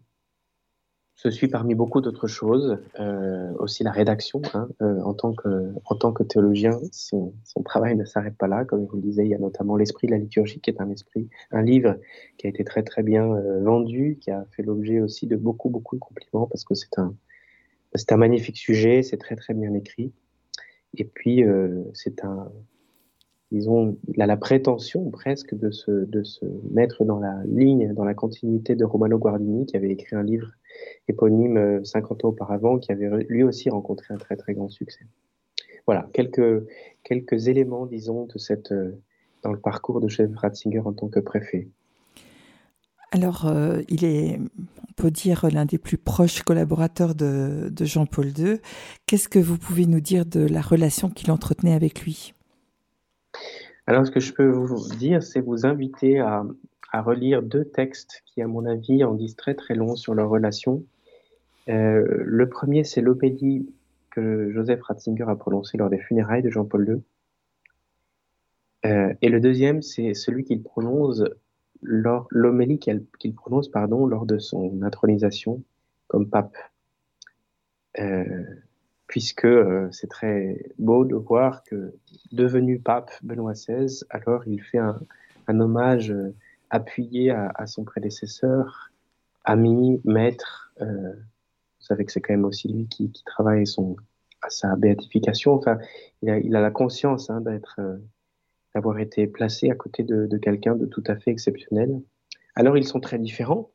se suit parmi beaucoup d'autres choses, euh, aussi la rédaction. Hein, euh, en tant que, en tant que théologien, son, son travail ne s'arrête pas là. Comme je vous le disais, il y a notamment l'Esprit de la liturgie, qui est un esprit, un livre qui a été très très bien euh, vendu, qui a fait l'objet aussi de beaucoup beaucoup de compliments parce que c'est un, c'est un magnifique sujet, c'est très très bien écrit. Et puis euh, c'est un, disons, il a la prétention presque de se, de se mettre dans la ligne, dans la continuité de Romano Guardini, qui avait écrit un livre éponyme cinquante ans auparavant, qui avait lui aussi rencontré un très très grand succès. Voilà, quelques, quelques éléments, disons, de cette, dans le parcours de Joseph Ratzinger en tant que préfet. Alors, euh, il est, on peut dire, l'un des plus proches collaborateurs de, de Jean-Paul deux. Qu'est-ce que vous pouvez nous dire de la relation qu'il entretenait avec lui ? Alors, ce que je peux vous dire, c'est vous inviter à, à relire deux textes qui, à mon avis, en disent très très long sur leur relation. Euh, le premier, c'est l'homélie que Joseph Ratzinger a prononcée lors des funérailles de Jean-Paul deux. Euh, et le deuxième, c'est celui qu'il prononce lors l'homélie qu'il, qu'il prononce pardon lors de son intronisation comme pape, euh, puisque euh, c'est très beau de voir que devenu pape Benoît seize, alors il fait un, un hommage euh, appuyé à, à son prédécesseur, ami, maître. Euh, vous savez que c'est quand même aussi lui qui, qui travaille son, à sa béatification. Enfin, il a, il a la conscience hein, d'être euh, d'avoir été placé à côté de, de quelqu'un de tout à fait exceptionnel. Alors, ils sont très différents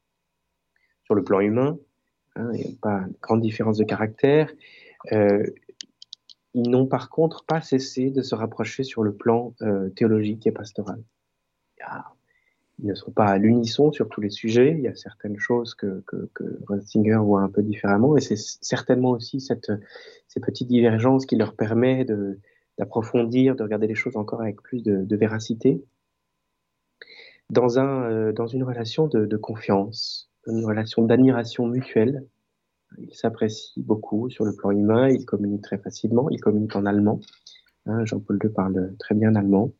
sur le plan humain, hein, il n'y a pas de grande différence de caractère. Euh, ils n'ont par contre pas cessé de se rapprocher sur le plan euh, théologique et pastoral. Ils ne sont pas à l'unisson sur tous les sujets. Il y a certaines choses que, que, que Ratzinger voit un peu différemment, et c'est certainement aussi cette, ces petites divergences qui leur permettent de, d'approfondir, de regarder les choses encore avec plus de, de véracité, dans, un, euh, dans une relation de, de confiance, une relation d'admiration mutuelle. Ils s'apprécient beaucoup sur le plan humain, ils communiquent très facilement, ils communiquent en allemand. Hein, Jean-Paul deux parle très bien allemand.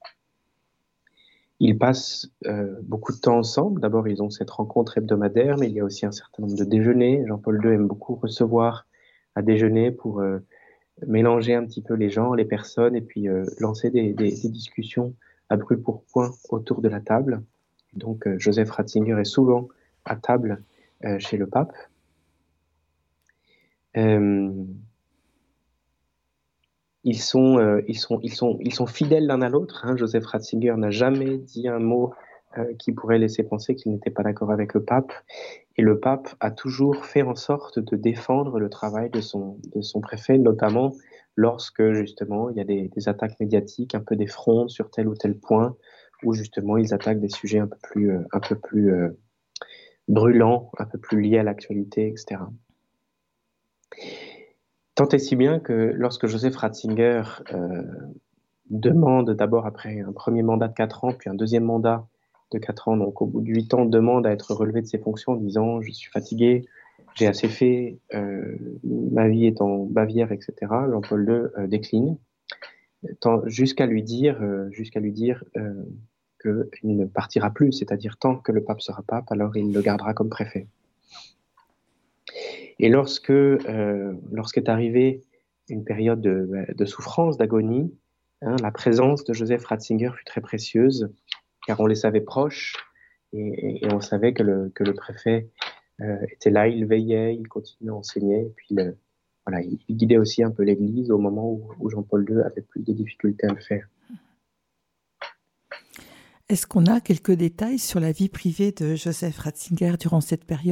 Ils passent euh, beaucoup de temps ensemble. D'abord, ils ont cette rencontre hebdomadaire, mais il y a aussi un certain nombre de déjeuners. Jean-Paul deux aime beaucoup recevoir à déjeuner pour euh, mélanger un petit peu les gens, les personnes, et puis euh, lancer des, des, des discussions à brûle pour point autour de la table. Donc, euh, Joseph Ratzinger est souvent à table euh, chez le pape. Euh, ils sont, euh, ils sont, ils sont, ils sont fidèles l'un à l'autre. Hein. Joseph Ratzinger n'a jamais dit un mot euh, qui pourrait laisser penser qu'il n'était pas d'accord avec le pape. Et le pape a toujours fait en sorte de défendre le travail de son, de son préfet, notamment lorsque justement il y a des, des attaques médiatiques, un peu des frondes sur tel ou tel point, où justement ils attaquent des sujets un peu plus, euh, un peu plus euh, brûlants, un peu plus liés à l'actualité, et cetera. Tant et si bien que lorsque Joseph Ratzinger euh, demande d'abord, après un premier mandat de quatre ans, puis un deuxième mandat de quatre ans, donc au bout de huit ans, demande à être relevé de ses fonctions en disant « je suis fatigué, j'ai assez fait, euh, ma vie est en Bavière, et cetera » Jean-Paul deux euh, décline, jusqu'à lui dire, euh, jusqu'à lui dire euh, qu'il ne partira plus, c'est-à-dire tant que le pape sera pape, alors il le gardera comme préfet. Et lorsque, euh, lorsqu'est arrivée une période de, de souffrance, d'agonie, hein, la présence de Joseph Ratzinger fut très précieuse, car on les savait proches, et, et on savait que le, que le préfet euh, était là, il veillait, il continuait à enseigner, et puis le, voilà, il guidait aussi un peu l'Église au moment où, où Jean-Paul deux avait plus de difficultés à le faire. Est-ce qu'on a quelques détails sur la vie privée de Joseph Ratzinger durant cette période ?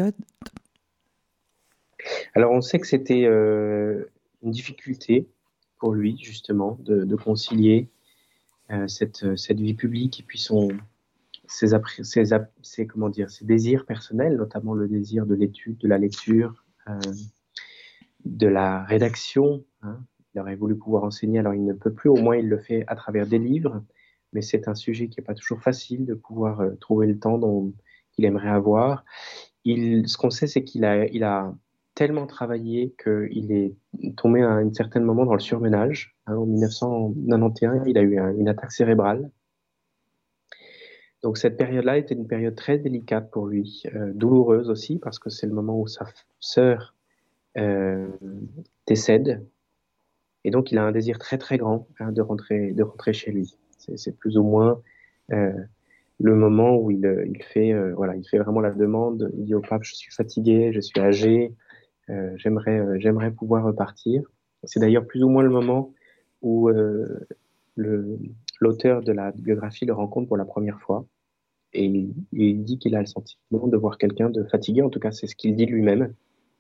Alors, on sait que c'était euh, une difficulté pour lui, justement, de, de concilier euh, cette, cette vie publique et puis son, ses, ses, ses, comment dire, ses désirs personnels, notamment le désir de l'étude, de la lecture, euh, de la rédaction. Hein. Il aurait voulu pouvoir enseigner, alors il ne peut plus, au moins il le fait à travers des livres, mais c'est un sujet qui n'est pas toujours facile de pouvoir euh, trouver le temps dont, qu'il aimerait avoir. Il, ce qu'on sait, c'est qu'il a, il a tellement travaillé qu'il est tombé à un certain moment dans le surmenage. Hein, en dix-neuf cent quatre-vingt-onze, il a eu un, une attaque cérébrale. Donc cette période-là était une période très délicate pour lui, euh, douloureuse aussi, parce que c'est le moment où sa sœur euh, décède. Et donc il a un désir très très grand hein, de, rentrer, de rentrer chez lui. C'est, c'est plus ou moins euh, le moment où il, il, fait, euh, voilà, il fait vraiment la demande. Il dit au pape, je suis fatigué, je suis âgé, euh, j'aimerais, euh, j'aimerais pouvoir repartir. C'est d'ailleurs plus ou moins le moment où euh, le, l'auteur de la biographie le rencontre pour la première fois. Et il, il dit qu'il a le sentiment de voir quelqu'un de fatigué, en tout cas c'est ce qu'il dit lui-même.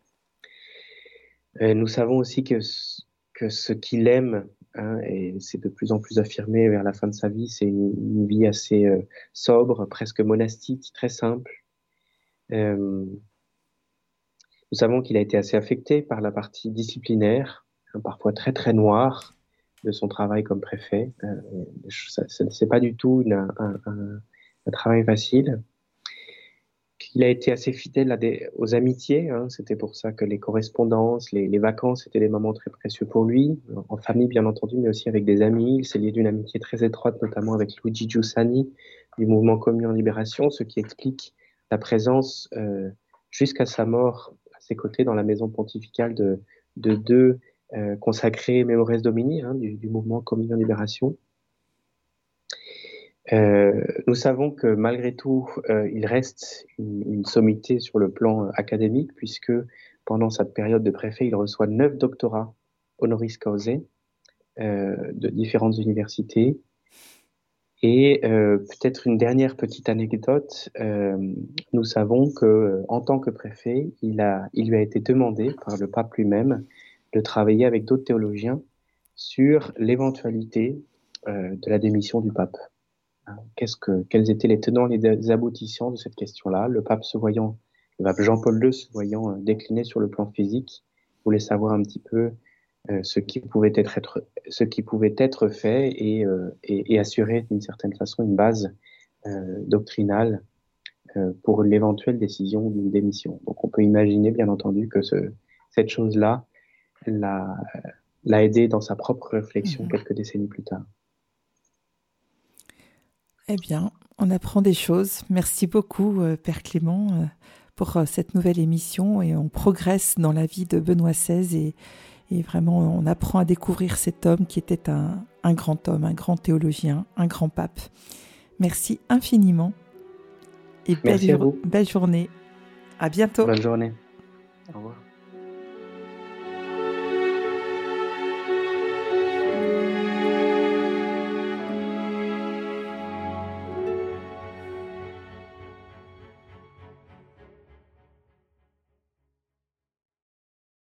Et nous savons aussi que, que ce qu'il aime, hein, et c'est de plus en plus affirmé vers la fin de sa vie, c'est une, une vie assez euh, sobre, presque monastique, très simple. Euh, nous savons qu'il a été assez affecté par la partie disciplinaire, hein, parfois très très noire, de son travail comme préfet. Euh, ça, ça, c'est pas du tout une, un, un, un travail facile. Il a été assez fidèle à des, aux amitiés, hein. C'était pour ça que les correspondances, les, les vacances, c'était des moments très précieux pour lui, en famille bien entendu, mais aussi avec des amis. Il s'est lié d'une amitié très étroite, notamment avec Luigi Giussani du mouvement Communion Libération, ce qui explique la présence euh, jusqu'à sa mort à ses côtés dans la maison pontificale de, de deux euh, consacrés Memores Domini hein, du, du mouvement Communion Libération. Euh, nous savons que malgré tout, euh, il reste une, une sommité sur le plan académique, puisque pendant cette période de préfet, il reçoit neuf doctorats honoris causa euh, de différentes universités. Et euh, peut-être une dernière petite anecdote, euh, nous savons que en tant que préfet, il, a, il lui a été demandé par le pape lui-même de travailler avec d'autres théologiens sur l'éventualité euh, de la démission du pape. Qu'est-ce que, quels étaient les tenants et les aboutissants de cette question-là? Le pape se voyant, le pape Jean-Paul deux se voyant décliné sur le plan physique, voulait savoir un petit peu euh, ce qui pouvait être, être, ce qui pouvait être fait et, euh, et, et assurer d'une certaine façon une base euh, doctrinale euh, pour l'éventuelle décision d'une démission. Donc on peut imaginer bien entendu que ce, cette chose-là l'a, l'a aidé dans sa propre réflexion mmh. quelques décennies plus tard. Eh bien, on apprend des choses. Merci beaucoup, euh, Père Clément, euh, pour euh, cette nouvelle émission. Et on progresse dans la vie de Benoît seize et, et vraiment, on apprend à découvrir cet homme qui était un, un grand homme, un grand théologien, un grand pape. Merci infiniment et belle, Merci à vous. belle journée. À bientôt. Bonne journée. Au revoir.